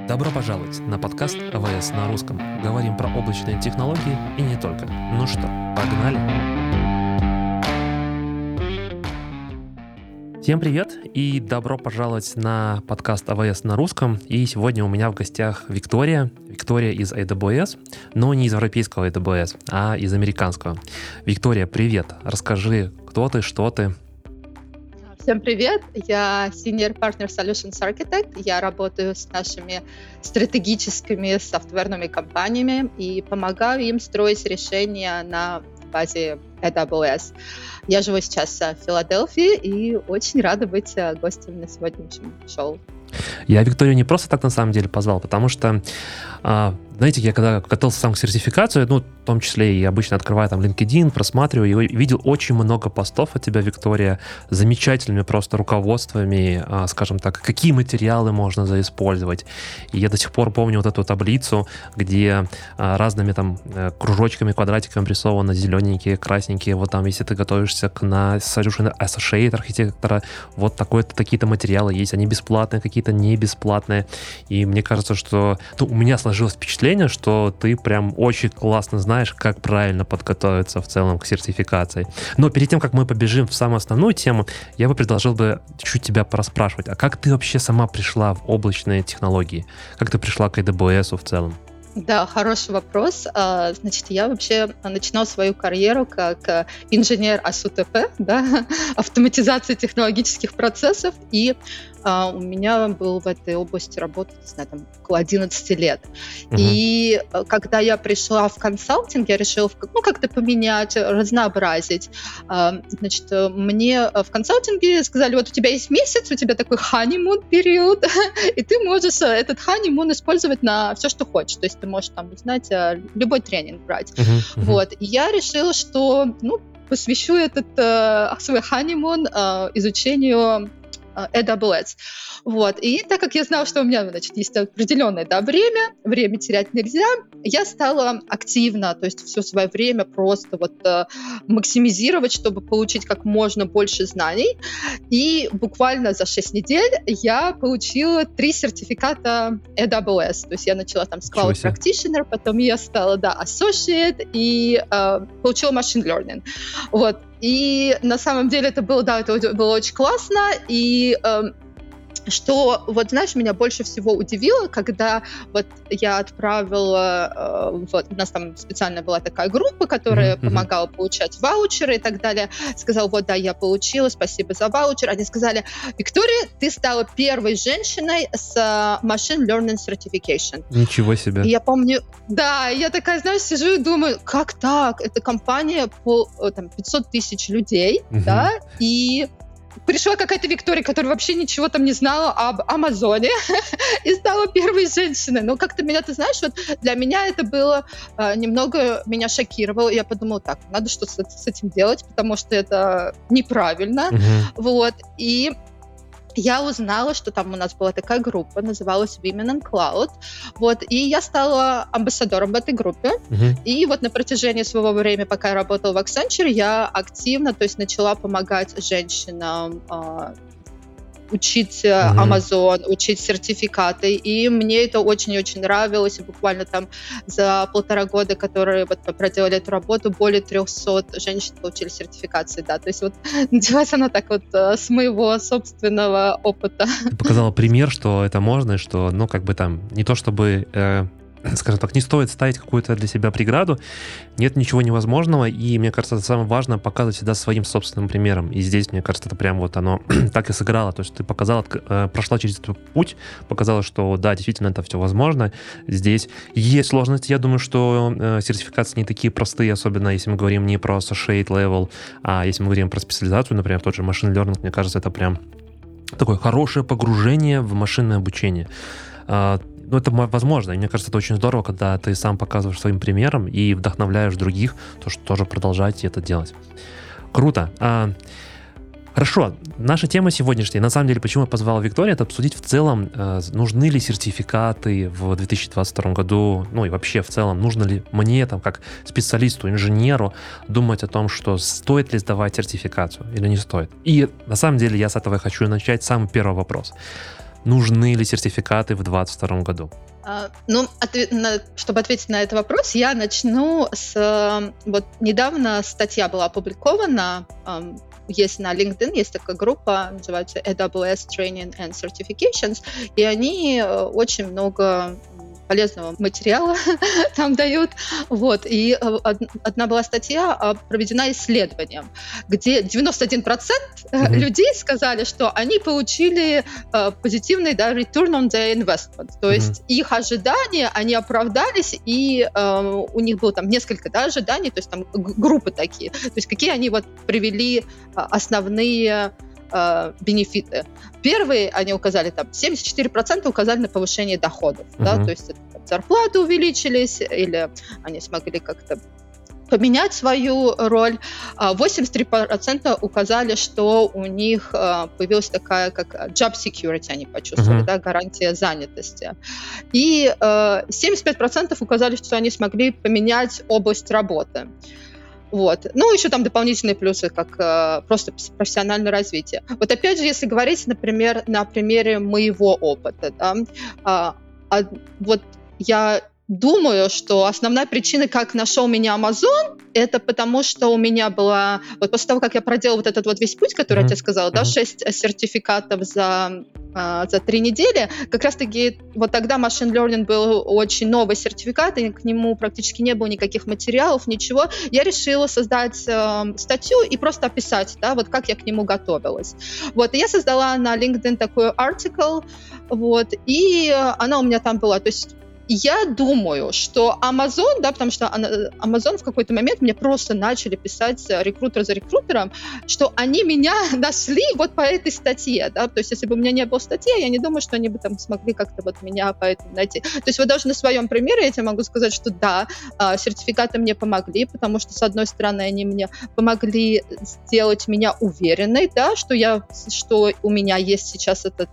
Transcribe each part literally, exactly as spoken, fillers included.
Добро пожаловать на подкаст эй ви эс на русском. Говорим про облачные технологии и не только. Ну что, погнали? Всем привет и добро пожаловать на подкаст эй ви эс на русском. И сегодня у меня в гостях Виктория. Виктория из эй дабл ю эс, но не из европейского эй дабл ю эс, а из американского. Виктория, привет. Расскажи, кто ты, что ты. Всем привет, я Senior Partner Solutions Architect, я работаю с нашими стратегическими софтверными компаниями и помогаю им строить решения на базе эй дабл ю эс. Я живу сейчас в Филадельфии и очень рада быть гостем на сегодняшнем шоу. Я Викторию не просто так на самом деле позвал, потому что, знаете, я когда готовился сам к сертификации, ну, в том числе и обычно открываю там LinkedIn, просматриваю, и видел очень много постов от тебя, Виктория, с замечательными просто руководствами, скажем так, какие материалы можно заиспользовать. И я до сих пор помню вот эту таблицу, где разными там кружочками, квадратиками рисованы зелененькие, красненькие, вот там, если ты готовишься к на Solution Associate архитектора, вот такой-то, такие-то материалы есть, они бесплатные, какие-то не бесплатные. И мне кажется, что ну, у меня сложилось впечатление, что ты прям очень классно знаешь, как правильно подготовиться в целом к сертификации. Но перед тем, как мы побежим в самую основную тему, я бы предложил бы чуть тебя пораспрашивать. А как ты вообще сама пришла в облачные технологии? Как ты пришла к эй дабл ю эс в целом? Да, хороший вопрос. Значит, я вообще начинала свою карьеру как инженер эй эс ю ти пи, да, автоматизации технологических процессов, и Uh, у меня был в этой области работа, не знаю, там, около одиннадцать лет. Uh-huh. И uh, когда я пришла в консалтинг, я решила ну, как-то поменять, разнообразить. Uh, значит, мне в консалтинге сказали, вот у тебя есть месяц, у тебя такой honeymoon период, и ты можешь этот honeymoon использовать на все, что хочешь. То есть ты можешь там, узнать, любой тренинг брать. Uh-huh. Uh-huh. Вот. И я решила, что ну, посвящу этот uh, свой honeymoon uh, изучению эй дабл ю эс. Вот. И так как я знала, что у меня, значит, есть определенное да, время, время терять нельзя, я стала активно, то есть все свое время просто вот э, максимизировать, чтобы получить как можно больше знаний. И буквально за шесть недель я получила три сертификата эй дабл ю эс. То есть я начала там с Cloud Practitioner, потом я стала, да, Associate и э, получила Machine Learning. Вот. И на самом деле это было, да, это было очень классно, и э, что, вот знаешь, меня больше всего удивило, когда вот я отправила, э, вот у нас там специально была такая группа, которая mm-hmm. помогала получать ваучеры и так далее, сказала, вот да, я получила, спасибо за ваучер, они сказали, Виктория, ты стала первой женщиной с Machine Learning Certification. Ничего себе. И я помню, да, я такая, знаешь, сижу и думаю, как так, это компания по там, пятьсот тысяч людей, mm-hmm. да, и пришла какая-то Виктория, которая вообще ничего там не знала об Амазоне и стала первой женщиной. Но как-то меня, ты знаешь, вот для меня это было э, немного, меня шокировало. Я подумала, так, надо что-то с, с этим делать, потому что это неправильно. Uh-huh. Вот. И я узнала, что там у нас была такая группа, называлась Women in Cloud, вот, и я стала амбассадором в этой группе, uh-huh. и вот на протяжении своего времени, пока я работала в Accenture, я активно, то есть начала помогать женщинам э, учить uh-huh. Amazon, учить сертификаты, и мне это очень-очень нравилось, и буквально там за полтора года, которые вот проделали эту работу, более трехсот женщин получили сертификации, да, то есть вот началась она так вот с моего собственного опыта. Ты показала пример, что это можно, и что, ну, как бы там, не то чтобы... Э... скажем так, не стоит ставить какую-то для себя преграду, нет ничего невозможного, и, мне кажется, это самое важное, показывать всегда своим собственным примером, и здесь, мне кажется, это прям вот оно так и сыграло, то есть ты показала, прошла через этот путь, показала, что да, действительно это все возможно, здесь есть сложности, я думаю, что сертификации не такие простые, особенно если мы говорим не про associate level, а если мы говорим про специализацию, например, тот же machine learning, мне кажется, это прям такое хорошее погружение в машинное обучение. Ну, это возможно, и мне кажется, это очень здорово, когда ты сам показываешь своим примером и вдохновляешь других, то, что тоже продолжайте это делать. Круто. А, хорошо, наша тема сегодняшняя, на самом деле, почему я позвал Викторию, это обсудить в целом, нужны ли сертификаты в две тысячи двадцать втором году, ну и вообще в целом, нужно ли мне, там, как специалисту, инженеру, думать о том, что стоит ли сдавать сертификацию или не стоит. И на самом деле я с этого хочу начать самый первый вопрос. нужны ли сертификаты в двадцать втором году? А, ну, ответ, на, чтобы ответить на этот вопрос, я начну с... Вот недавно статья была опубликована, эм, есть на LinkedIn, есть такая группа, называется эй дабл ю эс Training and Certifications, и они э, очень много полезного материала там дают. Вот. И одна была статья проведена исследованием, где девяносто один процент mm-hmm. людей сказали, что они получили позитивный да, return on their investment. То mm-hmm. есть их ожидания, они оправдались, и э, у них было там несколько да, ожиданий, то есть там группы такие. То есть какие они вот привели основные бенефиты. Первые они указали, там, семьдесят четыре процента указали на повышение доходов, uh-huh. да, то есть это, там, зарплаты увеличились, или они смогли как-то поменять свою роль. восемьдесят три процента указали, что у них появилась такая, как job security, они почувствовали, uh-huh. да, гарантия занятости. И семьдесят пять процентов указали, что они смогли поменять область работы. Вот. Ну, еще там дополнительные плюсы, как э, просто профессиональное развитие. Вот опять же, если говорить, например, на примере моего опыта, да, а, а, вот я думаю, что основная причина, как нашел меня Amazon, это потому, что у меня была... Вот после того, как я проделала вот этот вот весь путь, который mm-hmm. я тебе сказала, mm-hmm. да, шесть сертификатов за, а, за три недели, как раз-таки вот тогда Machine Learning был очень новый сертификат, и к нему практически не было никаких материалов, ничего. Я решила создать э, статью и просто описать, да, вот как я к нему готовилась. Вот, и я создала на LinkedIn такой article, вот, и она у меня там была, то есть я думаю, что Amazon, да, потому что Amazon в какой-то момент мне просто начали писать рекрутер за рекрутером, что они меня нашли вот по этой статье, да, то есть если бы у меня не было статьи, я не думаю, что они бы там смогли как-то вот меня по этому найти. То есть вот даже на своем примере я тебе могу сказать, что да, сертификаты мне помогли, потому что, с одной стороны, они мне помогли сделать меня уверенной, да, что я, что у меня есть сейчас этот,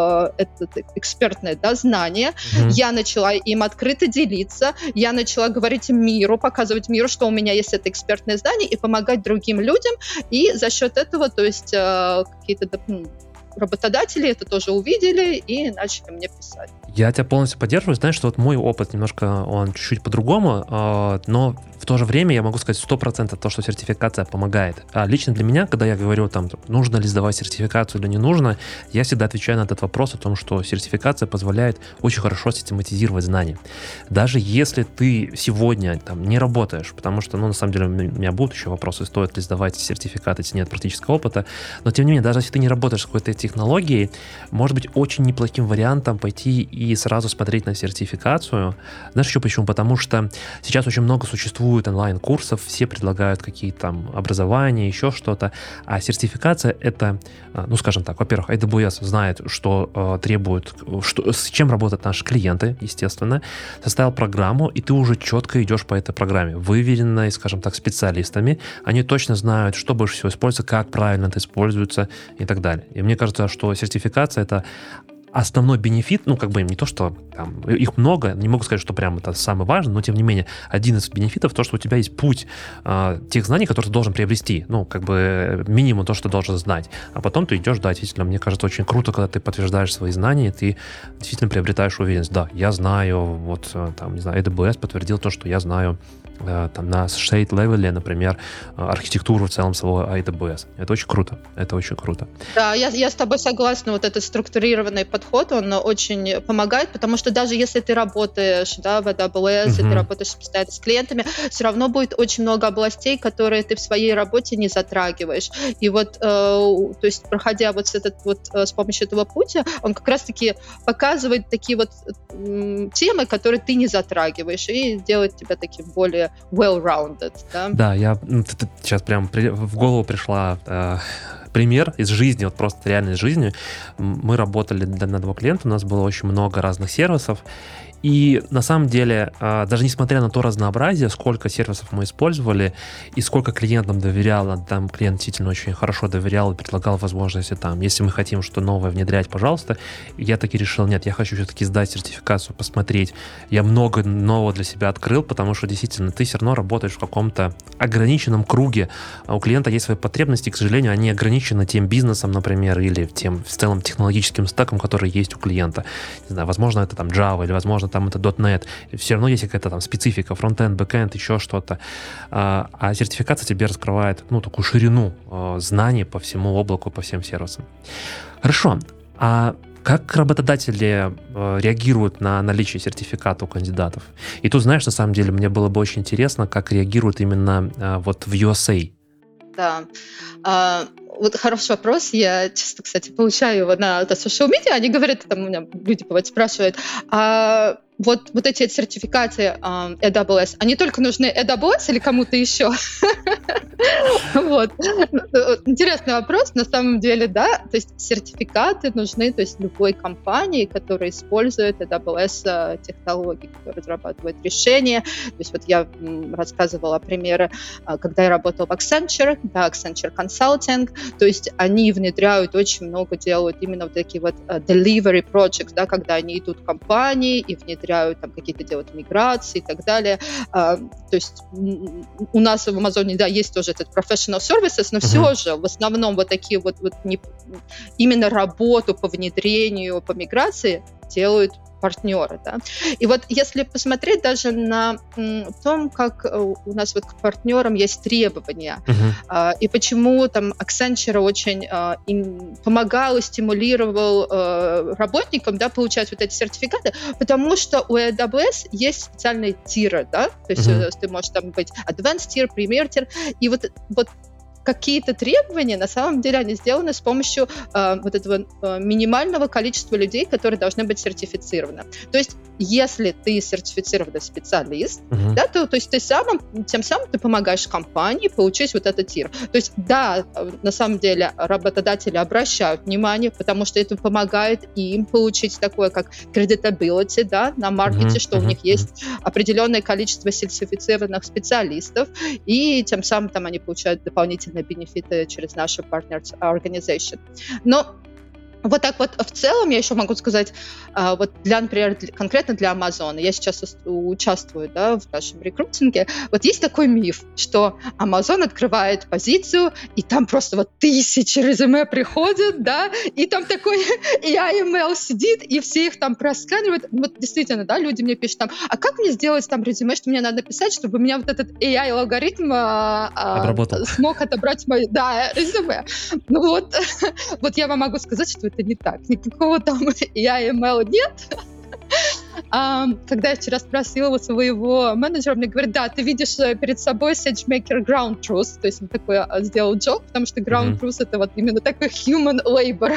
этот экспертное, да, знание. Mm-hmm. Я начала им открыто делиться, я начала говорить миру, показывать миру, что у меня есть это экспертное знание, и помогать другим людям, и за счет этого, то есть э, какие-то ну, работодатели это тоже увидели и начали мне писать. Я тебя полностью поддерживаю. Знаешь, что вот мой опыт немножко, он чуть-чуть по-другому, э, но в то же время я могу сказать сто процентов то, что сертификация помогает. А лично для меня, когда я говорю, там, нужно ли сдавать сертификацию или не нужно, я всегда отвечаю на этот вопрос о том, что сертификация позволяет очень хорошо систематизировать знания. Даже если ты сегодня там, не работаешь, потому что, ну, на самом деле, у меня будут еще вопросы, стоит ли сдавать сертификат, если нет практического опыта, но, тем не менее, даже если ты не работаешь с какой-то технологией, может быть очень неплохим вариантом пойти и сразу смотреть на сертификацию. Знаешь еще почему? Потому что сейчас очень много существует онлайн-курсов, все предлагают какие-то там образования, еще что-то, а сертификация это, ну, скажем так, во-первых, эй дабл ю эс знает, что э, требует, что, с чем работают наши клиенты, естественно, составил программу, и ты уже четко идешь по этой программе, выверенной, скажем так, специалистами, они точно знают, что больше всего используется, как правильно это используется и так далее. И мне кажется, что сертификация это основной бенефит, ну, как бы не то, что там, их много, не могу сказать, что прям это самый важный, но, тем не менее, один из бенефитов то, что у тебя есть путь э, тех знаний, которые ты должен приобрести, ну, как бы минимум то, что ты должен знать, а потом ты идешь, да, действительно, мне кажется, очень круто, когда ты подтверждаешь свои знания, ты действительно приобретаешь уверенность, да, я знаю, вот, там, не знаю, эй дабл ю эс подтвердил то, что я знаю там на shade-левеле, например, архитектуру в целом самого эй дабл ю эс. Это очень круто. Это очень круто. Да, я, я с тобой согласна. Вот этот структурированный подход, он очень помогает, потому что даже если ты работаешь, да, в эй дабл ю эс, uh-huh. и ты работаешь постоянно с клиентами, все равно будет очень много областей, которые ты в своей работе не затрагиваешь. И вот, э, то есть, проходя вот, с, этот, вот э, с помощью этого пути, он как раз-таки показывает такие вот э, темы, которые ты не затрагиваешь, и делает тебя таким более well-rounded, да? Да, я сейчас прям в голову пришла э, пример из жизни, вот просто реально из жизни. Мы работали на два клиента, у нас было очень много разных сервисов, и на самом деле, даже несмотря на то разнообразие, сколько сервисов мы использовали и сколько клиент нам доверял, там клиент действительно очень хорошо доверял и предлагал возможности там, если мы хотим что-то новое внедрять, пожалуйста, я таки решил, нет, я хочу все-таки сдать сертификацию, посмотреть. Я много нового для себя открыл, потому что действительно ты все равно работаешь в каком-то ограниченном круге. У клиента есть свои потребности, к сожалению, они ограничены ограничены тем бизнесом, например, или тем в целом технологическим стеком, который есть у клиента. Не знаю, возможно, это там Java, или, возможно, там это .дот нет. Все равно есть какая-то там специфика, фронтенд, бэкенд, еще что-то. А, а сертификация тебе раскрывает, ну, такую ширину э, знаний по всему облаку, по всем сервисам. Хорошо. А как работодатели э, реагируют на наличие сертификата у кандидатов? И тут, знаешь, на самом деле, мне было бы очень интересно, как реагируют именно э, вот в ю эс эй. Да. А, вот хороший вопрос. Я часто, кстати, получаю его на, на social media. Они говорят, там у меня люди бывают спрашивают, а вот, вот эти сертификаты а, эй дабл ю эс, они только нужны эй дабл ю эс или кому-то еще? Вот. Интересный вопрос. На самом деле, да, то есть сертификаты нужны, то есть любой компании, которая использует эй дабл ю эс технологии, которая разрабатывает решения. То есть вот я рассказывала примеры, когда я работала в Accenture, да, Accenture Consulting, то есть они внедряют очень много, делают именно вот такие вот delivery projects, да, когда они идут в компании и внедряют там какие-то делают миграции и так далее. То есть у нас в Амазоне, да, есть тоже этот professional services, но uh-huh. все же в основном вот такие вот, вот не, именно работу по внедрению, по миграции делают партнеры, да. И вот если посмотреть даже на м, том, как у нас вот к партнерам есть требования, uh-huh. а, и почему там Accenture очень а, им помогал и стимулировал а, работникам, да, получать вот эти сертификаты, потому что у эй дабл ю эс есть специальные тиры, да, то есть uh-huh. ты можешь там быть advanced tier, premier tier, и вот, вот какие-то требования, на самом деле, они сделаны с помощью э, вот этого э, минимального количества людей, которые должны быть сертифицированы. То есть, если ты сертифицированный специалист, uh-huh. да, то, то есть ты сам, тем самым ты помогаешь компании получить вот этот тир. То есть, да, на самом деле, работодатели обращают внимание, потому что это помогает им получить такое, как creditability, да, на маркете, uh-huh. что uh-huh. у них есть определенное количество сертифицированных специалистов, и тем самым там они получают дополнительные бенефиты через нашу partner organization. Но вот так вот в целом я еще могу сказать, вот для, например, конкретно для Amazon, я сейчас участвую, да, в нашем рекрутинге, вот есть такой миф, что Amazon открывает позицию, и там просто вот тысячи резюме приходят, да, и там такой эй ай эм эл сидит, и все их там просканивают. Вот действительно, да, люди мне пишут там, а как мне сделать там резюме, что мне надо писать, чтобы у меня вот этот эй ай-алгоритм а, смог отобрать мои, да, резюме. Ну вот, вот я вам могу сказать, что это не так. Никакого там эй ай эм эл нет. А, когда я вчера спросила у своего менеджера, мне говорит, да, ты видишь перед собой SageMaker Ground Truth, то есть он такой сделал джок, потому что Ground mm-hmm. Truth это вот именно такой human labor.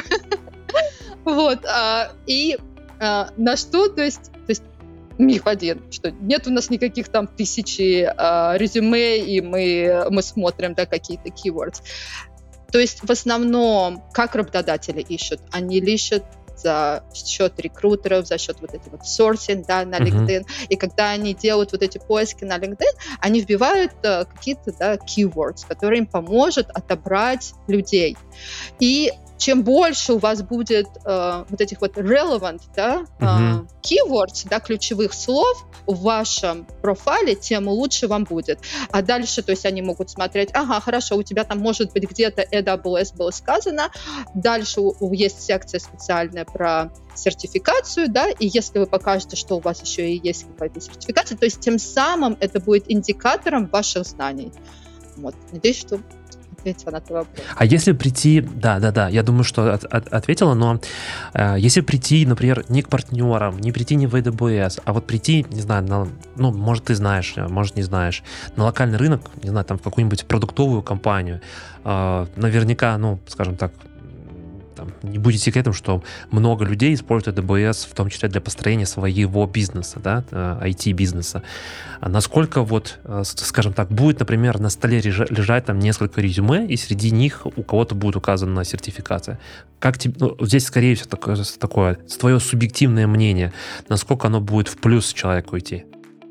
Вот. А, и а, на что, то есть, то есть миф один, что нет у нас никаких там тысячи а, резюме, и мы, мы смотрим, да, какие-то keywords. То есть в основном, как работодатели ищут? Они ищут за счет рекрутеров, за счет вот этого вот sourcing, да, на LinkedIn. Uh-huh. И когда они делают вот эти поиски на LinkedIn, они вбивают uh, какие-то, да, keywords, которые им поможет отобрать людей. И чем больше у вас будет э, вот этих вот relevant, да, uh-huh. э, keywords, да, ключевых слов в вашем профайле, тем лучше вам будет. А дальше, то есть они могут смотреть, ага, хорошо, у тебя там может быть где-то эй дабл ю эс было сказано, дальше у, у, есть секция специальная про сертификацию, да, и если вы покажете, что у вас еще и есть какая-то сертификация, то есть тем самым это будет индикатором ваших знаний. Вот, надеюсь, что ответила на твой вопрос. А если прийти, да, да, да, я думаю, что от, от, ответила, но э, если прийти, например, не к партнерам, не прийти не в эй дабл ю эс, а вот прийти, не знаю, на, ну, может, ты знаешь, может, не знаешь, на локальный рынок, не знаю, там, в какую-нибудь продуктовую компанию, э, наверняка, ну, скажем так, там, не будет секретом, что много людей используют эй дабл ю эс, в том числе для построения своего бизнеса, да, ай ти-бизнеса. А насколько вот, скажем так, будет, например, на столе лежать там несколько резюме, и среди них у кого-то будет указана сертификация. Как тебе, ну, здесь, скорее всего, такое, такое твое субъективное мнение, насколько оно будет в плюс человеку идти?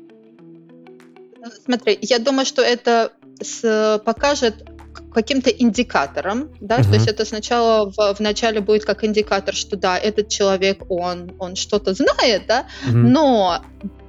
Смотри, я думаю, что это с, покажет каким-то индикатором, да, uh-huh. то есть это сначала в, в начале будет как индикатор, что да, этот человек, он, он что-то знает, да, uh-huh. но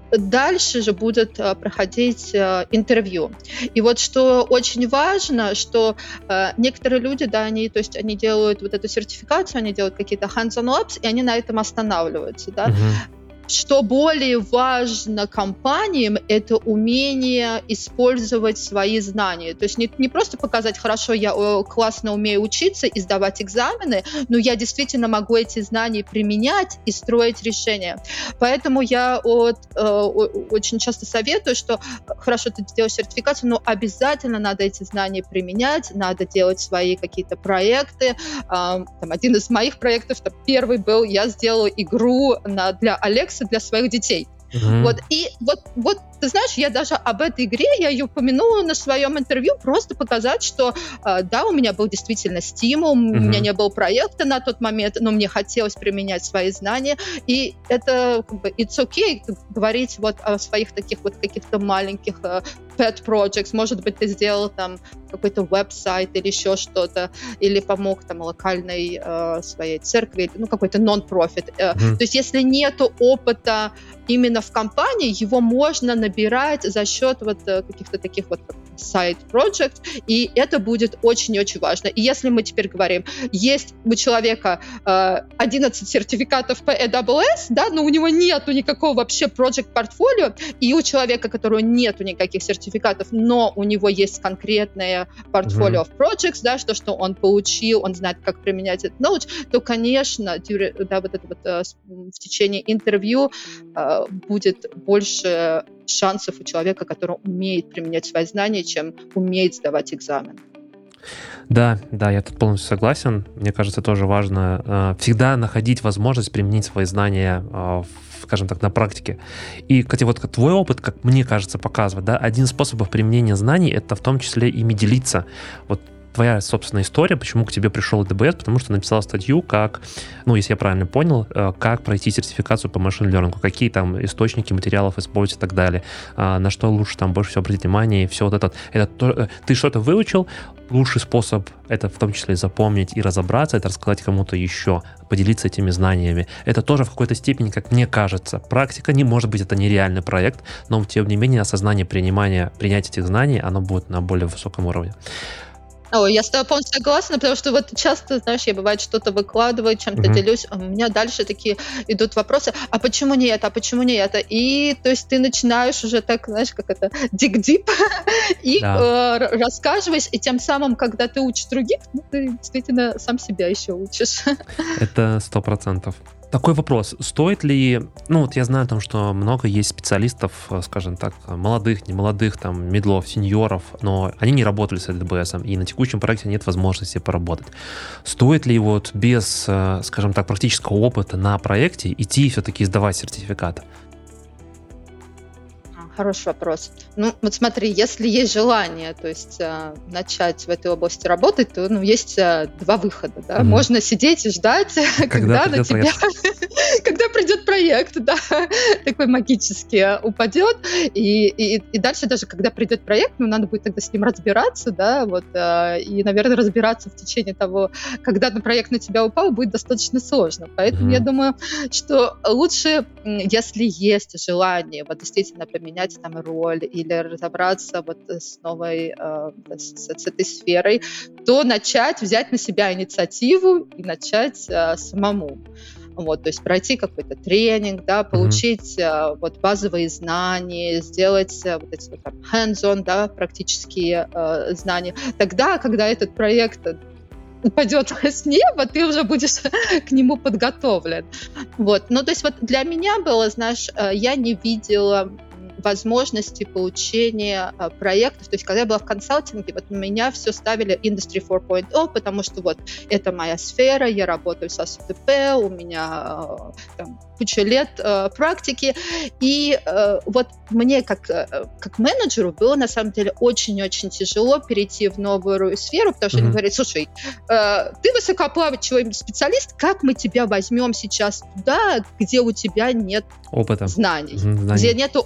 дальше же будет э, проходить э, интервью. И вот что очень важно, что э, некоторые люди, да, они, то есть они делают вот эту сертификацию, они делают какие-то hands-on labs, и они на этом останавливаются, да. Мгм. Что более важно компаниям, это умение использовать свои знания. То есть не, не просто показать, хорошо, я э, классно умею учиться и сдавать экзамены, но я действительно могу эти знания применять и строить решения. Поэтому я вот, э, очень часто советую, что хорошо, ты делаешь сертификацию, но обязательно надо эти знания применять, надо делать свои какие-то проекты. Э, там, один из моих проектов, там, первый был, я сделала игру на, для Алекса, для своих детей. Мгм. Вот. И вот, вот, ты знаешь, я даже об этой игре, я ее упомянула на своем интервью, просто показать, что э, да, у меня был действительно стимул, у Мгм. меня не было проекта на тот момент, но мне хотелось применять свои знания, и это как бы it's okay говорить вот о своих таких вот каких-то маленьких э, pet projects. Может быть, ты сделал там какой-то веб-сайт или еще что-то, или помог там локальной э, своей церкви, ну, какой-то non-profit. Э, Мгм. то есть если нету опыта именно в компании, его можно набирать за счет вот э, каких-то таких вот side projects, и это будет очень-очень важно. И если мы теперь говорим, есть у человека э, одиннадцать сертификатов по эй дабл ю эс, да, но у него нету никакого вообще project портфолио, и у человека, которого нету никаких сертификатов, но у него есть конкретное портфолио Мгм. of projects, да, что, что он получил, он знает, как применять этот knowledge, то, конечно, дюри- да, вот это вот, э, с- м, в течение интервью э, будет больше шансов у человека, который умеет применять свои знания, чем умеет сдавать экзамен. Да, да, я тут полностью согласен. Мне кажется, тоже важно э, всегда находить возможность применить свои знания, э, в- скажем так, на практике. И, кстати, вот как твой опыт, как мне кажется, показывает, да, один из способов применения знаний — это в том числе ими делиться. Вот твоя собственная история, почему к тебе пришел эй дабл ю эс, потому что написала статью, как, ну, если я правильно понял, э, как пройти сертификацию по машин-лернингу, какие там источники материалов использовать и так далее, а, на что лучше там больше всего обратить внимание, и все вот это. это то, э, ты что-то выучил, лучший способ это в том числе запомнить и разобраться, это рассказать кому-то еще, поделиться этими знаниями. Это тоже в какой-то степени, как мне кажется, практика, не может быть, это нереальный проект, но тем не менее осознание принимания, принятия этих знаний, оно будет на более высоком уровне. О, я с тобой полностью согласна, потому что вот часто, знаешь, я бывает что-то выкладываю, чем-то Мгм. делюсь, а у меня дальше такие идут вопросы, а почему не это, а почему не это? И то есть ты начинаешь уже так, знаешь, как это, dig deep, и Да. э, р- рассказываешь, и тем самым, когда ты учишь других, ну, ты действительно сам себя еще учишь. Это сто процентов. Такой вопрос. Стоит ли... Ну, вот я знаю, там, что много есть специалистов, э, скажем так, молодых, немолодых, там, медлов, сеньоров, но они не работали с эй дабл ю эс, и на текущем проекте нет возможности поработать. Стоит ли вот без, э, скажем так, практического опыта на проекте идти и все-таки сдавать сертификат? А, Хороший вопрос. Ну, вот смотри, если есть желание, то есть а, начать в этой области работать, то ну, есть а, два выхода. Да? Мгм. Можно сидеть и ждать, когда на придет тебя, когда придет проект, да, такой магически а, упадет. И, и, и дальше даже, когда придет проект, ну, надо будет тогда с ним разбираться, да, вот, а, и, наверное, разбираться в течение того, когда на проект на тебя упал, будет достаточно сложно. Поэтому Мгм. я думаю, что лучше, м, если есть желание вот действительно поменять там роль или разобраться вот с новой, э, с, с этой сферой, то начать взять на себя инициативу и начать э, самому. Вот, то есть пройти какой-то тренинг, да, Мгм. получить э, вот базовые знания, сделать э, вот эти вот там hands-on, да, практические э, знания. Тогда, когда этот проект упадет с неба, ты уже будешь к нему подготовлен. Вот. Ну, то есть вот для меня было, знаешь, э, я не видела м, возможности получения э, проектов. То есть когда я была в консалтинге, вот на меня все ставили Industry фор точка ноль, потому что вот это моя сфера, я работаю с эй ти пи, у меня э, там, куча лет э, практики, и э, вот мне как, э, как менеджеру было на самом деле очень-очень тяжело перейти в новую сферу, потому что они Мгм. говорят, слушай, э, ты высокоплавающий специалист, как мы тебя возьмем сейчас туда, где у тебя нет Опыта. знаний, Мгм, знаний. где нету опыта.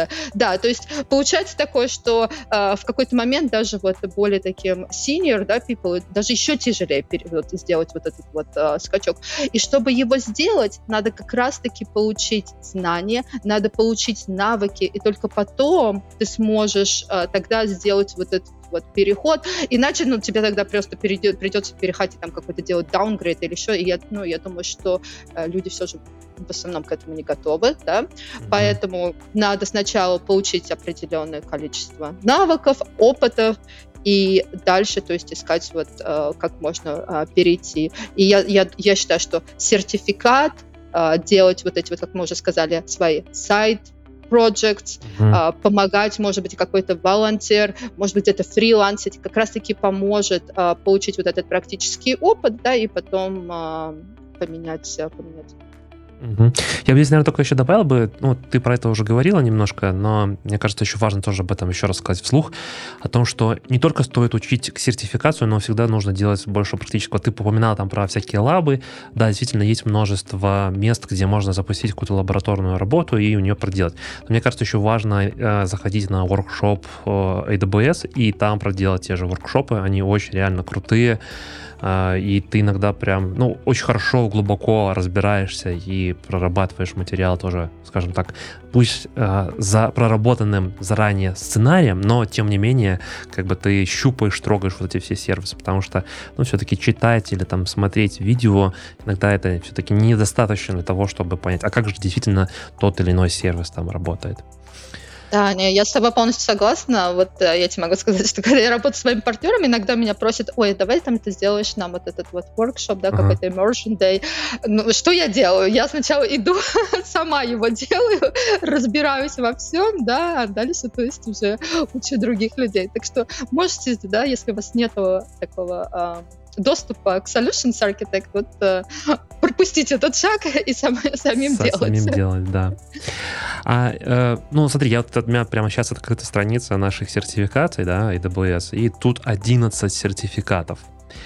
Да, да, то есть получается такое, что э, в какой-то момент даже вот более таким senior, да, people, даже еще тяжелее пере- вот, сделать вот этот вот э, скачок. И чтобы его сделать, надо как раз-таки получить знания, надо получить навыки, и только потом ты сможешь э, тогда сделать вот этот вот переход, иначе, ну, тебе тогда просто перейдет, придется переходить там какой-то делать downgrade или еще, и я, ну, я думаю, что э, люди все же в основном к этому не готовы, да, mm-hmm. Поэтому надо сначала получить определенное количество навыков, опытов, и дальше, то есть, искать вот э, как можно э, перейти. И я, я, я считаю, что сертификат, э, делать вот эти вот, как мы уже сказали, свои сайт projects, uh-huh. а, помогать, может быть, какой-то волонтер, может быть, это фрилансить, как раз-таки поможет а, получить вот этот практический опыт, да, и потом а, поменять, поменять. Угу. Я бы здесь, наверное, только еще добавил бы, ну, ты про это уже говорила немножко, но мне кажется, еще важно тоже об этом еще раз сказать вслух, о том, что не только стоит учить к сертификацию, но всегда нужно делать больше практического. Ты упоминала там про всякие лабы, да, действительно, есть множество мест, где можно запустить какую-то лабораторную работу и у нее проделать. Но мне кажется, еще важно э, заходить на воркшоп э, эй дабл ю эс и там проделать те же воркшопы, они очень реально крутые, и ты иногда прям, ну, очень хорошо, глубоко разбираешься и прорабатываешь материал тоже, скажем так, пусть э, за проработанным заранее сценарием, но, тем не менее, как бы ты щупаешь, трогаешь вот эти все сервисы, потому что, ну, все-таки читать или там смотреть видео, иногда это все-таки недостаточно для того, чтобы понять, а как же действительно тот или иной сервис там работает. Да, не, я с тобой полностью согласна. Вот э, я тебе могу сказать, что когда я работаю с своими партнерами, иногда меня просят, ой, давай там ты сделаешь нам вот этот вот workshop, да, uh-huh. какой-то immersion day. Ну, что я делаю? Я сначала иду, сама его делаю, разбираюсь во всем, да, а дальше, то есть, уже учу других людей. Так что можете, да, если у вас нету такого... Э, доступа к Solutions Architect, вот э, пропустить этот шаг и сам, самим Со, делать. Самим делать, да. А, э, ну, смотри, я вот, у меня прямо сейчас открыта страница наших сертификаций, да, эй дабл ю эс, и тут одиннадцать сертификатов.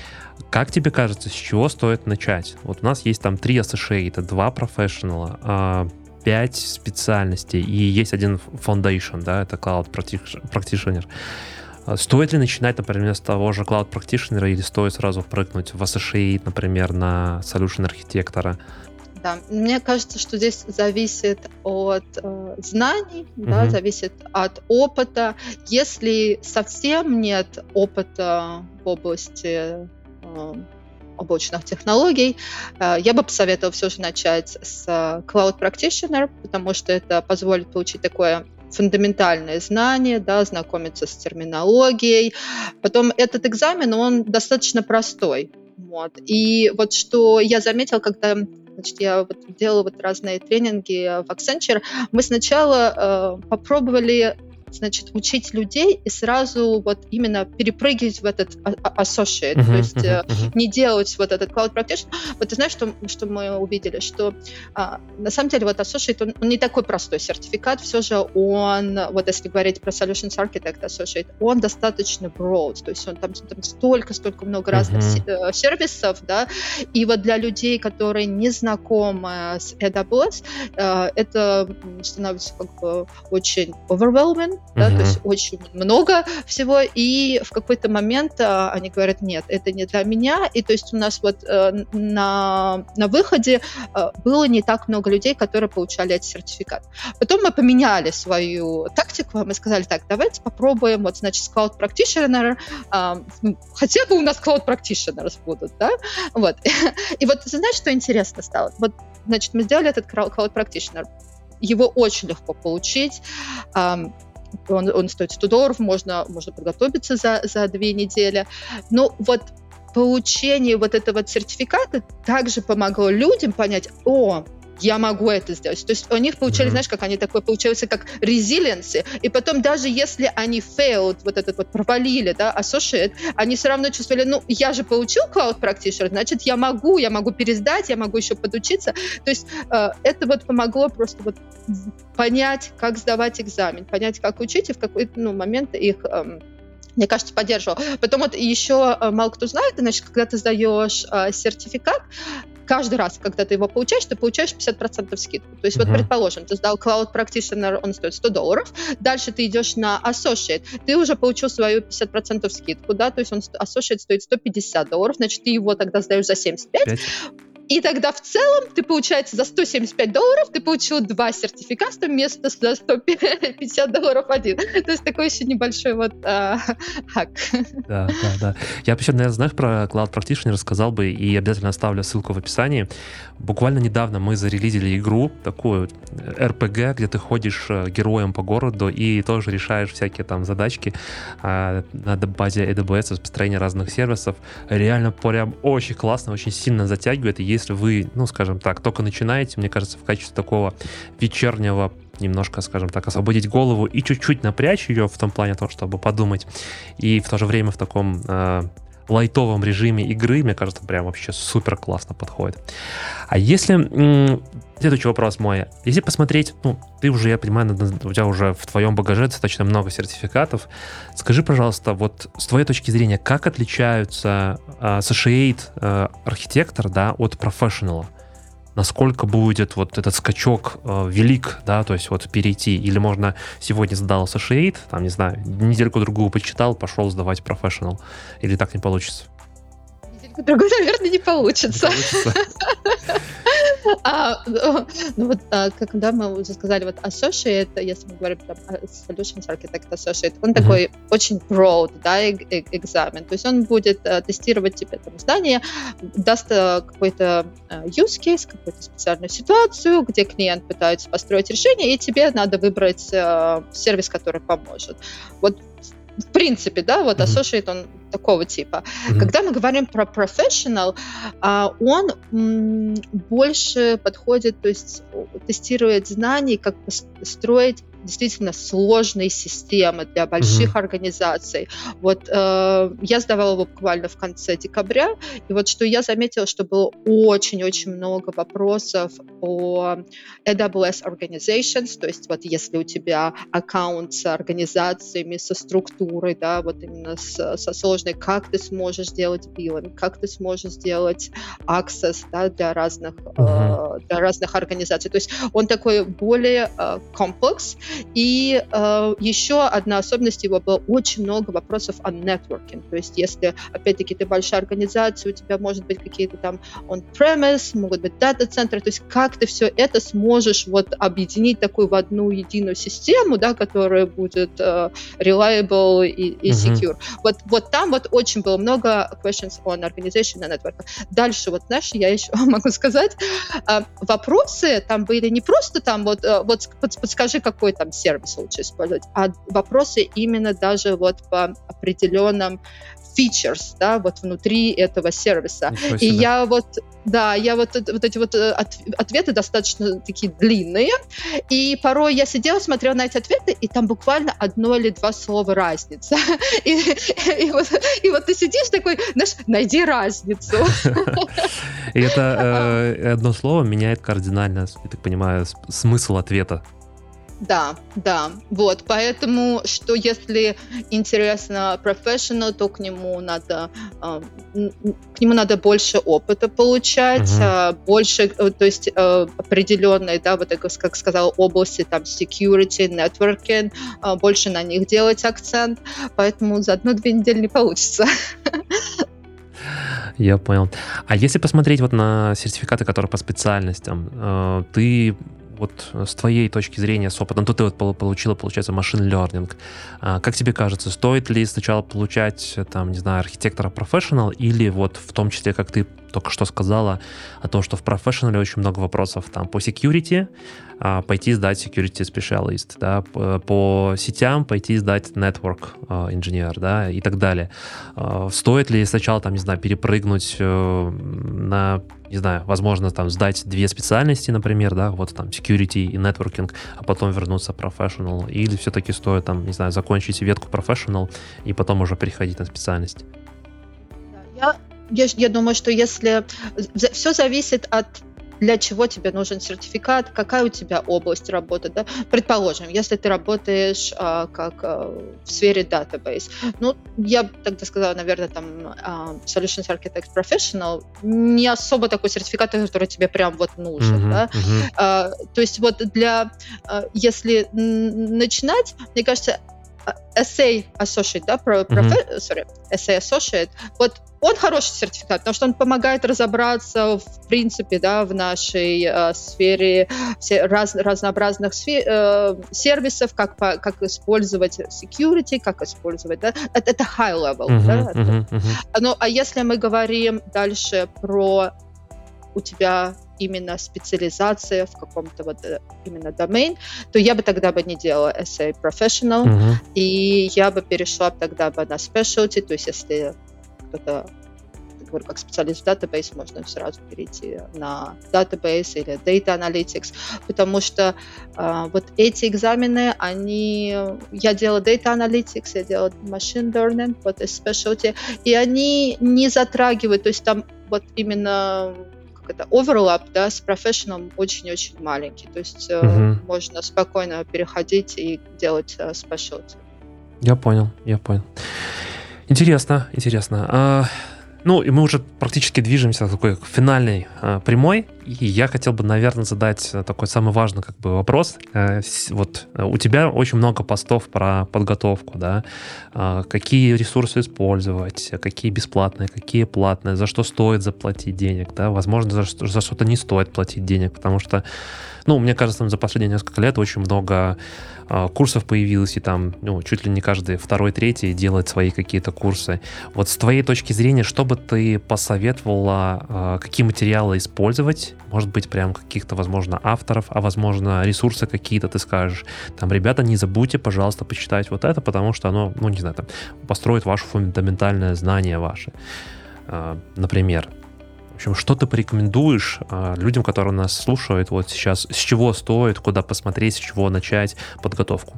Как тебе кажется, с чего стоит начать? Вот у нас есть там три associate, два professional, э, пять специальностей, и есть один foundation, да, это Cloud Practitioner. Стоит ли начинать, например, с того же Cloud Practitioner или стоит сразу впрыгнуть в Associate, например, на Solution архитектора? Да, мне кажется, что здесь зависит от э, знаний, uh-huh. да, зависит от опыта. Если совсем нет опыта в области э, облачных технологий, э, я бы посоветовала все же начать с Cloud Practitioner, потому что это позволит получить такое фундаментальные знания, да, знакомиться с терминологией. Потом этот экзамен, он достаточно простой. Вот. И вот что я заметила, когда значит, я вот делала вот разные тренинги в Accenture, мы сначала э, попробовали значит, учить людей и сразу вот именно перепрыгивать в этот associate, uh-huh, то есть uh-huh, uh-huh. не делать вот этот cloud practitioner. Вот ты знаешь, что, что мы увидели, что а, на самом деле вот associate, он, он не такой простой сертификат, все же он, вот если говорить про Solutions Architect Associate, он достаточно broad, то есть он там, там столько-столько много разных uh-huh. сервисов, да, и вот для людей, которые не знакомы с эй дабл ю эс, это становится как бы очень overwhelming, да, uh-huh. то есть очень много всего, и в какой-то момент а, они говорят, нет, это не для меня, и то есть у нас вот а, на, на выходе а, было не так много людей, которые получали этот сертификат. Потом мы поменяли свою тактику, мы сказали, так, давайте попробуем, вот, значит, с Cloud Practitioner, а, ну, хотя бы у нас Cloud Practitioners будут, да, вот, и вот, знаешь, что интересно стало? Вот, значит, мы сделали этот Cloud Practitioner, его очень легко получить, Он, он стоит сто долларов, можно, можно подготовиться за, за две недели. Но вот получение вот этого сертификата также помогло людям понять, о, я могу это сделать. То есть у них получали, mm-hmm. знаешь, как они такое, получается, как resilience. И потом даже если они failed, вот этот вот провалили, да, associate, они все равно чувствовали, ну, я же получил Cloud Practitioner, значит, я могу, я могу пересдать, я могу еще подучиться. То есть э, это вот помогло просто вот понять, как сдавать экзамен, понять, как учить, и в какой-то ну, момент их... Э, мне кажется, поддерживал. Потом вот еще мало кто знает, значит, когда ты сдаешь э, сертификат, каждый раз, когда ты его получаешь, ты получаешь пятьдесят процентов скидку. То есть Мгм. вот, предположим, ты сдал Cloud Practitioner, он стоит сто долларов, дальше ты идешь на Associate, ты уже получил свою пятьдесят процентов скидку, да, то есть он, ст- Associate стоит сто пятьдесят долларов, значит, ты его тогда сдаешь за семьдесят пять, Пять? и тогда в целом ты, получается, за сто семьдесят пять долларов ты получил два сертификата вместо за сто пятьдесят долларов один. То есть такой еще небольшой вот а, хак. Да, да, да. Я еще, наверное, знаешь, про Cloud Practitioner рассказал бы, и обязательно оставлю ссылку в описании. Буквально недавно мы зарелизили игру, такую эр пи джи, где ты ходишь э, героем по городу и тоже решаешь всякие там задачки а, на базе эй дабл ю эс, построение разных сервисов. Реально прям очень классно, очень сильно затягивает. И если вы, ну, скажем так, только начинаете, мне кажется, в качестве такого вечернего немножко, скажем так, освободить голову и чуть-чуть напрячь ее в том плане того, чтобы подумать, и в то же время в таком э, лайтовом режиме игры, мне кажется, прям вообще супер классно подходит. А если... м, Следующий вопрос мой. Если посмотреть, ну, ты уже, я понимаю, у тебя уже в твоем багаже достаточно много сертификатов. Скажи, пожалуйста, вот с твоей точки зрения, как отличаются э, Associate э, архитектор, да, от Professional? Насколько будет вот этот скачок э, велик, да, то есть вот перейти, или можно сегодня сдал Associate, там, не знаю, недельку-другую почитал, пошел сдавать Professional, или так не получится? Другой, наверное, не Не получится. получится? А, ну ну вот, а, как да, мы уже сказали, вот Associate, если мы говорим там о Solutions Architect Associate, он Мгм. такой очень broad, да, э- э- экзамен. То есть он будет э, тестировать тебе там здание, даст э, какой-то э, use case, какую-то специальную ситуацию, где клиент пытается построить решение, и тебе надо выбрать э, сервис, который поможет. Вот в принципе, да, вот Мгм. Associate, он такого типа. Мгм. Когда мы говорим про professional, а, он м, больше подходит, то есть о, тестирует знания, как пос- строить действительно сложные системы для больших Мгм. организаций. Вот э, я сдавала его буквально в конце декабря, и вот что я заметила, что было очень-очень много вопросов о эй дабл ю эс organizations, то есть вот если у тебя аккаунт с организациями, со структурой, да, вот именно с- со сложной, как ты сможешь сделать биллинг, как ты сможешь сделать access, да, для разных, Мгм. э, для разных организаций. То есть он такой более э, комплекс. И э, еще одна особенность его было очень много вопросов о нетворкинге. То есть если, опять-таки, ты большая организация, у тебя может быть какие-то там on-premise, могут быть дата-центры, то есть как ты все это сможешь вот объединить такую в одну единую систему, да, которая будет э, reliable и, и Мгм. secure. Вот, вот там вот очень было много questions on organization and network. Дальше вот, знаешь, я еще могу сказать, э, вопросы там были не просто там вот, э, вот под- подскажи, какой там сервис лучше использовать, а вопросы именно даже вот по определенным features, да, вот внутри этого сервиса. Ничего И себе. я вот, да, я вот, эт- вот эти вот э, от- ответы достаточно такие длинные, и порой я сидела, смотрела на эти ответы, и там буквально одно или два слова разница. И, и вот, и вот ты сидишь такой, знаешь, найди разницу. И это э, одно слово меняет кардинально, я так понимаю, с- смысл ответа. Да, да, вот, поэтому, что если интересно professional, то к нему надо, а, м, м, к нему надо больше опыта получать, Мгм. а, больше, э, то есть э, определенные, да, вот как, как сказала, области там security, networking, а, больше на них делать акцент, поэтому за одну-две недели не получится. Я понял. А если посмотреть вот на сертификаты, которые по специальностям, э, ты вот с твоей точки зрения, с опытом, то ты вот пол- получила, получается, машин learning. А, Как тебе кажется, стоит ли сначала получать, там, не знаю, архитектора профессионал, или вот в том числе, как ты только что сказала, о том, что в профессионале очень много вопросов там по security, а, пойти сдать security specialist, да, п- по сетям пойти сдать network а, engineer, да, и так далее. А, Стоит ли сначала, там, не знаю, перепрыгнуть э, на, не знаю, возможно, там, сдать две специальности, например, да, вот там security и networking, а потом вернуться в professional, или все-таки стоит, там, не знаю, закончить ветку professional и потом уже переходить на специальность? Я, я, я думаю, что если все зависит от для чего тебе нужен сертификат, какая у тебя область работы. Да? Предположим, если ты работаешь а, как а, в сфере database, ну, я бы тогда сказала, наверное, там а, Solutions Architect Professional, не особо такой сертификат, который тебе прям вот нужен. Мгм, Да? мгм. А, то есть вот для, а, если н- начинать, мне кажется, а, эс эй Associate, да, про- Мгм. профе- sorry, эс эй Associate, вот он хороший сертификат, потому что он помогает разобраться в принципе, да, в нашей э, сфере все раз- разнообразных сфе- э, сервисов, как, по- как использовать security, как использовать, да, это, это high level, Мгм, да, это- мгм, мгм. а, ну, а если мы говорим дальше про у тебя именно специализация в каком-то вот э, именно домен, то я бы тогда бы не делала эс эй Professional, Мгм. и я бы перешла тогда бы на Specialty, то есть если кто-то, я говорю, как специалист в Database, можно сразу перейти на Database или Data Analytics, потому что а, вот эти экзамены, они... Я делала Data Analytics, я делала Machine Learning, вот и Specialty, и они не затрагивают, то есть там вот именно как это, overlap, да, с professional очень-очень маленький. То есть э, Мгм. можно спокойно переходить и делать э, specialty. Я понял, я понял. Интересно, интересно. А, ну, и мы уже практически движемся к такой финальной а, прямой, и я хотел бы, наверное, задать а, такой самый важный как бы вопрос. Э, с- вот э, у тебя очень много постов про подготовку, да? А, какие ресурсы использовать, какие бесплатные, какие платные, за что стоит заплатить денег, да? Возможно, за, что- за что-то не стоит платить денег, потому что, ну, мне кажется, там за последние несколько лет очень много а, курсов появилось, и там, ну, чуть ли не каждый второй, третий делает свои какие-то курсы. Вот с твоей точки зрения, что бы ты посоветовала, а, какие материалы использовать? Может быть, прям каких-то, возможно, авторов, а возможно, ресурсы какие-то ты скажешь. Там, ребята, не забудьте, пожалуйста, почитать вот это, потому что оно, ну, не знаю, там, построит ваше фундаментальное знание ваше, а, например. В общем, что ты порекомендуешь а, людям, которые нас слушают вот сейчас, с чего стоит, куда посмотреть, с чего начать подготовку?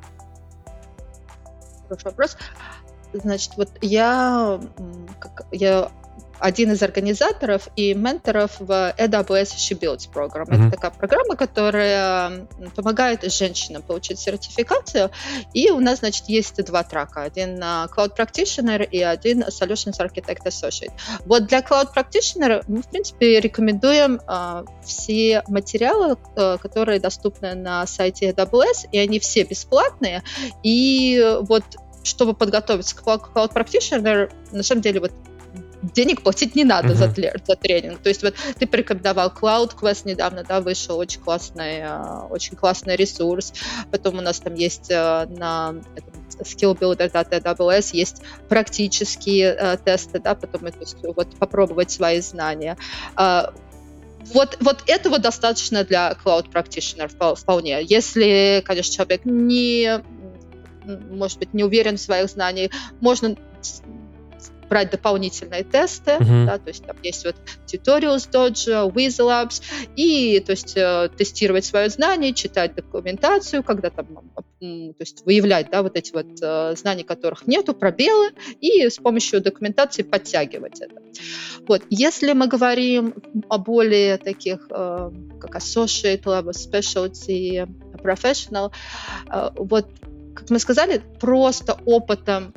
Хороший вопрос. Значит, вот я, м, как, я один из организаторов и менторов в эй дабл ю эс She Builds программа. Это Мгм. такая программа, которая м, помогает женщинам получить сертификацию. И у нас, значит, есть два трака. Один на Cloud Practitioner и один Solutions Architect Associate. Вот для Cloud Practitioner мы, в принципе, рекомендуем а, все материалы, а, которые доступны на сайте эй дабл ю эс, и они все бесплатные. И вот чтобы подготовиться к Cloud Cloud Practitioner, на самом деле, вот денег платить не надо за, Мгм. тле- за тренинг. То есть вот ты порекомендовал Cloud Quest недавно, да, вышел очень классный, а, очень классный ресурс. Потом у нас там есть а, на этом Skill Builder точка эй дабл ю эс есть практические а, тесты, да, потом это, вот, попробовать свои знания. А, вот, вот этого достаточно для Cloud Practitioner впол- вполне. Если, конечно, человек не, м, может быть, не уверен в своих знаниях, можно с- брать дополнительные тесты, Мгм. да, то есть там есть вот Tutorials Dojo, Weasel Labs, и то есть э, тестировать свое знание, читать документацию, когда там, м, то есть выявлять, да, вот эти вот э, знания, которых нету, пробелы, и с помощью документации подтягивать это. Вот, если мы говорим о более таких, э, как Associate Level, Specialty, Professional, э, вот, как мы сказали, просто опытом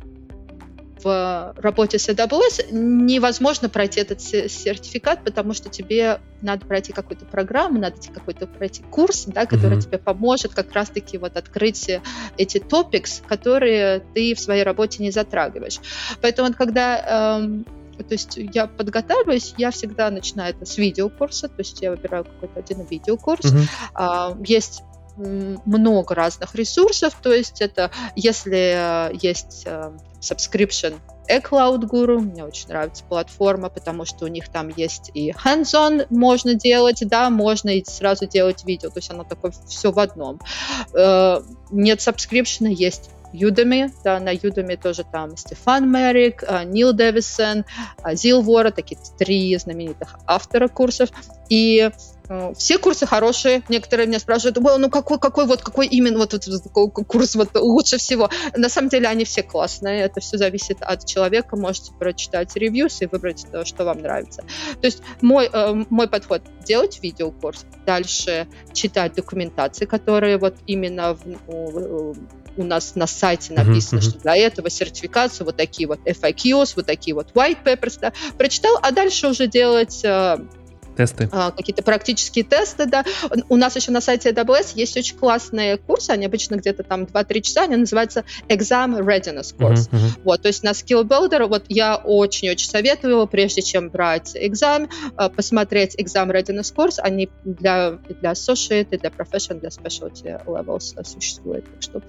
в работе с эй дабл ю эс невозможно пройти этот се- сертификат, потому что тебе надо пройти какую-то программу, надо тебе какой-то пройти курс, да, который Мгм. тебе поможет как раз-таки вот открыть э, эти топикс, которые ты в своей работе не затрагиваешь. Поэтому вот когда эм, то есть я подготавливаюсь, я всегда начинаю это с видеокурса, то есть я выбираю какой-то один видеокурс. Мгм. А, Есть м, много разных ресурсов, то есть это, если э, есть э, subscription eCloud Guru, мне очень нравится платформа, потому что у них там есть и hands-on можно делать, да, можно и сразу делать видео, то есть оно такое все в одном. Э, Нет subscription, есть Udemy, да, на Udemy тоже там Стефан Мерик, э, Нил Дэвисон, э, Зил Вора, такие три знаменитых автора курсов. И Э, Все курсы хорошие. Некоторые меня спрашивают, «Ой, ну какой, какой вот, какой именно вот, вот такой курс вот лучше всего. На самом деле они все классные. Это все зависит от человека. Можете прочитать ревьюс и выбрать то, что вам нравится. То есть мой, э, мой подход — делать видеокурс, дальше читать документации, которые вот именно в, у, у нас на сайте написано, Мгм, что для этого сертификацию, вот такие вот эф эй кьюс, вот такие вот white papers, да, прочитал, а дальше уже делать э, Тесты. а, какие-то практические тесты, да. У нас еще на сайте эй дабл ю эс есть очень классные курсы, они обычно где-то там два-три часа, они называются Exam Readiness Мгм, Course. мгм. Вот, то есть на Skill Builder вот я очень-очень советую его, прежде чем брать экзамен, а, посмотреть Exam Readiness Course, они для, и для Associate, и для Professional, для Specialty Levels а, существуют, так что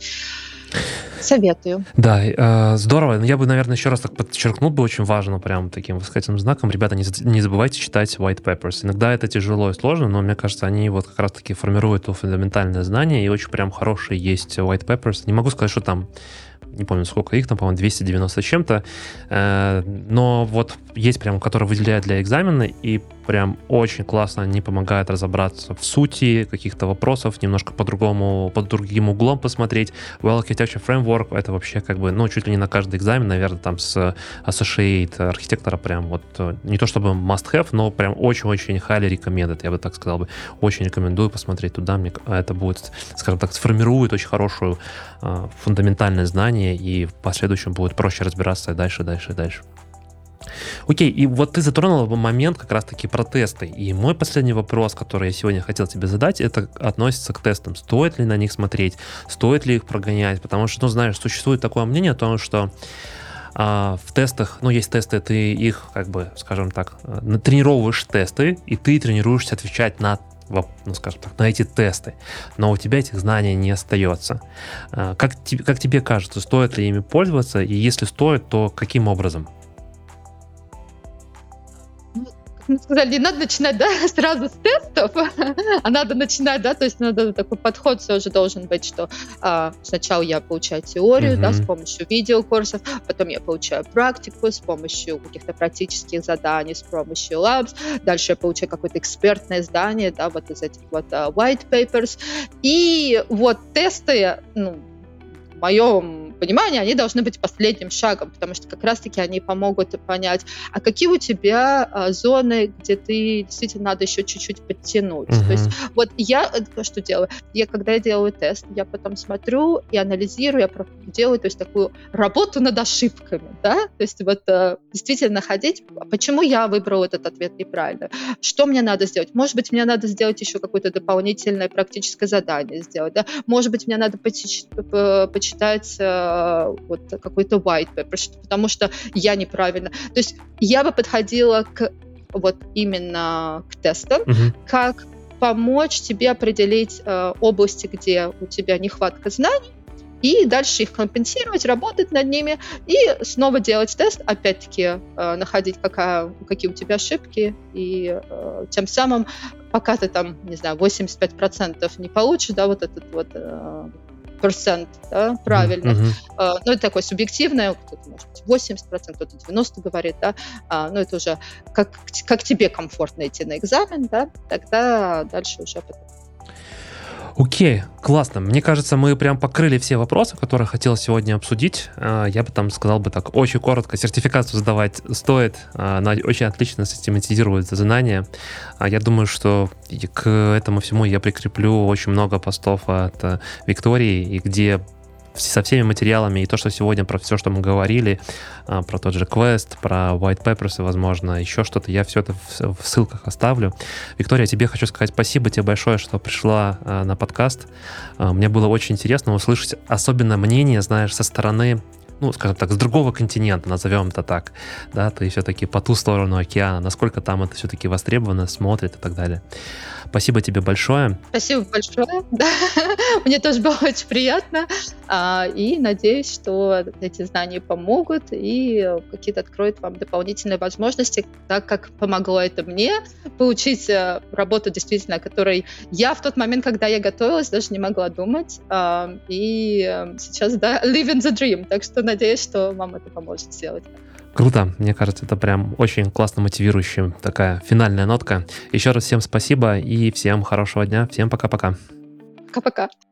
советую. Да, э, здорово. Я бы, наверное, еще раз так подчеркнул бы очень важно, прям таким восклицательным знаком. Ребята, не, за- не забывайте читать white papers. Иногда это тяжело и сложно, но мне кажется, они вот как раз-таки формируют то фундаментальное знание, и очень прям хорошие есть white papers. Не могу сказать, что там, не помню, сколько их, там, по-моему, двести девяносто с чем-то, э, но вот есть прям, которые выделяют для экзамена, и прям очень классно они помогают разобраться в сути каких-то вопросов, немножко по-другому, под другим углом посмотреть. Well Architecture Framework — это вообще как бы, ну, чуть ли не на каждый экзамен, наверное, там с Associate архитектора прям вот, э, не то чтобы must-have, но прям очень-очень highly recommended, я бы так сказал бы. Очень рекомендую посмотреть туда, мне к- это будет, скажем так, сформирует очень хорошую э, фундаментальное знание, и в последующем будет проще разбираться дальше, дальше, дальше. Окей, и вот ты затронула момент как раз-таки про тесты. И мой последний вопрос, который я сегодня хотел тебе задать, это относится к тестам. Стоит ли на них смотреть? Стоит ли их прогонять? Потому что, ну, знаешь, существует такое мнение о том, что а, в тестах, ну, есть тесты, ты их, как бы, скажем так, э, натренировываешь тесты, и ты тренируешься отвечать на воп- ну, скажем так, на эти тесты, но у тебя этих знаний не остается. А, Как, тебе- как тебе кажется, стоит ли ими пользоваться, и если стоит, то каким образом? Мы сказали, не надо начинать, да, сразу с тестов, а надо начинать, да, то есть надо такой подход все же должен быть, что а, сначала я получаю теорию, да, с Мгм. помощью видеокурсов, потом я получаю практику с помощью каких-то практических заданий, с помощью labs, дальше я получаю какое-то экспертное здание, да, вот из этих вот а, white papers, и вот тесты, ну, в моем понимании, они должны быть последним шагом, потому что как раз-таки они помогут понять, а какие у тебя а, зоны, где ты действительно надо еще чуть-чуть подтянуть. То есть Мгм. вот я э, что делаю? Я когда я делаю тест, я потом смотрю и анализирую, я про- делаю, то есть такую работу над ошибками, да, то есть вот э, действительно находить, а почему я выбрал этот ответ неправильно, что мне надо сделать. Может быть, мне надо сделать еще какое-то дополнительное практическое задание сделать, да, может быть, мне надо почи- п- почитать э, вот какой-то white paper, что- потому что я неправильно. То есть я бы подходила к вот именно к тестам, Мгм. как помочь тебе определить э, области, где у тебя нехватка знаний, и дальше их компенсировать, работать над ними, и снова делать тест, опять-таки э, находить, какая, какие у тебя ошибки, и э, тем самым, пока ты там, не знаю, восемьдесят пять процентов не получишь, да, вот этот вот э, процент, да, правильных, Мгм. э, ну, это такое субъективное, кто-то, может быть, восемьдесят процентов, кто-то девяносто процентов говорит, да, а, ну, это уже как, как тебе комфортно идти на экзамен, да, тогда дальше уже потом. Окей, классно. Мне кажется, мы прям покрыли все вопросы, которые хотел сегодня обсудить. А, Я бы там сказал бы так, очень коротко, сертификацию сдавать стоит. А, Она очень отлично систематизирует знания. А Я думаю, что и к этому всему я прикреплю очень много постов от э, Виктории, и где вс- со всеми материалами, и то, что сегодня про все, что мы говорили, а, про тот же квест, про white papers, возможно, еще что-то, я все это в, в ссылках оставлю. Виктория, тебе хочу сказать спасибо тебе большое, что пришла а, на подкаст. А, Мне было очень интересно услышать особенно мнение, знаешь, со стороны, ну, скажем так, с другого континента, назовем это так, да, ты все-таки по ту сторону океана, насколько там это все-таки востребовано, смотрит и так далее. Спасибо тебе большое. Спасибо большое. Да. Мне тоже было очень приятно. А, И надеюсь, что эти знания помогут и какие-то откроют вам дополнительные возможности, так как помогло это мне получить э, работу, действительно, о которой я в тот момент, когда я готовилась, даже не могла думать. А, И э, сейчас, да, living the dream. Так что надеюсь, что вам это поможет сделать. Круто. Мне кажется, это прям очень классно мотивирующая такая финальная нотка. Еще раз всем спасибо и всем хорошего дня. Всем пока-пока. Пока-пока.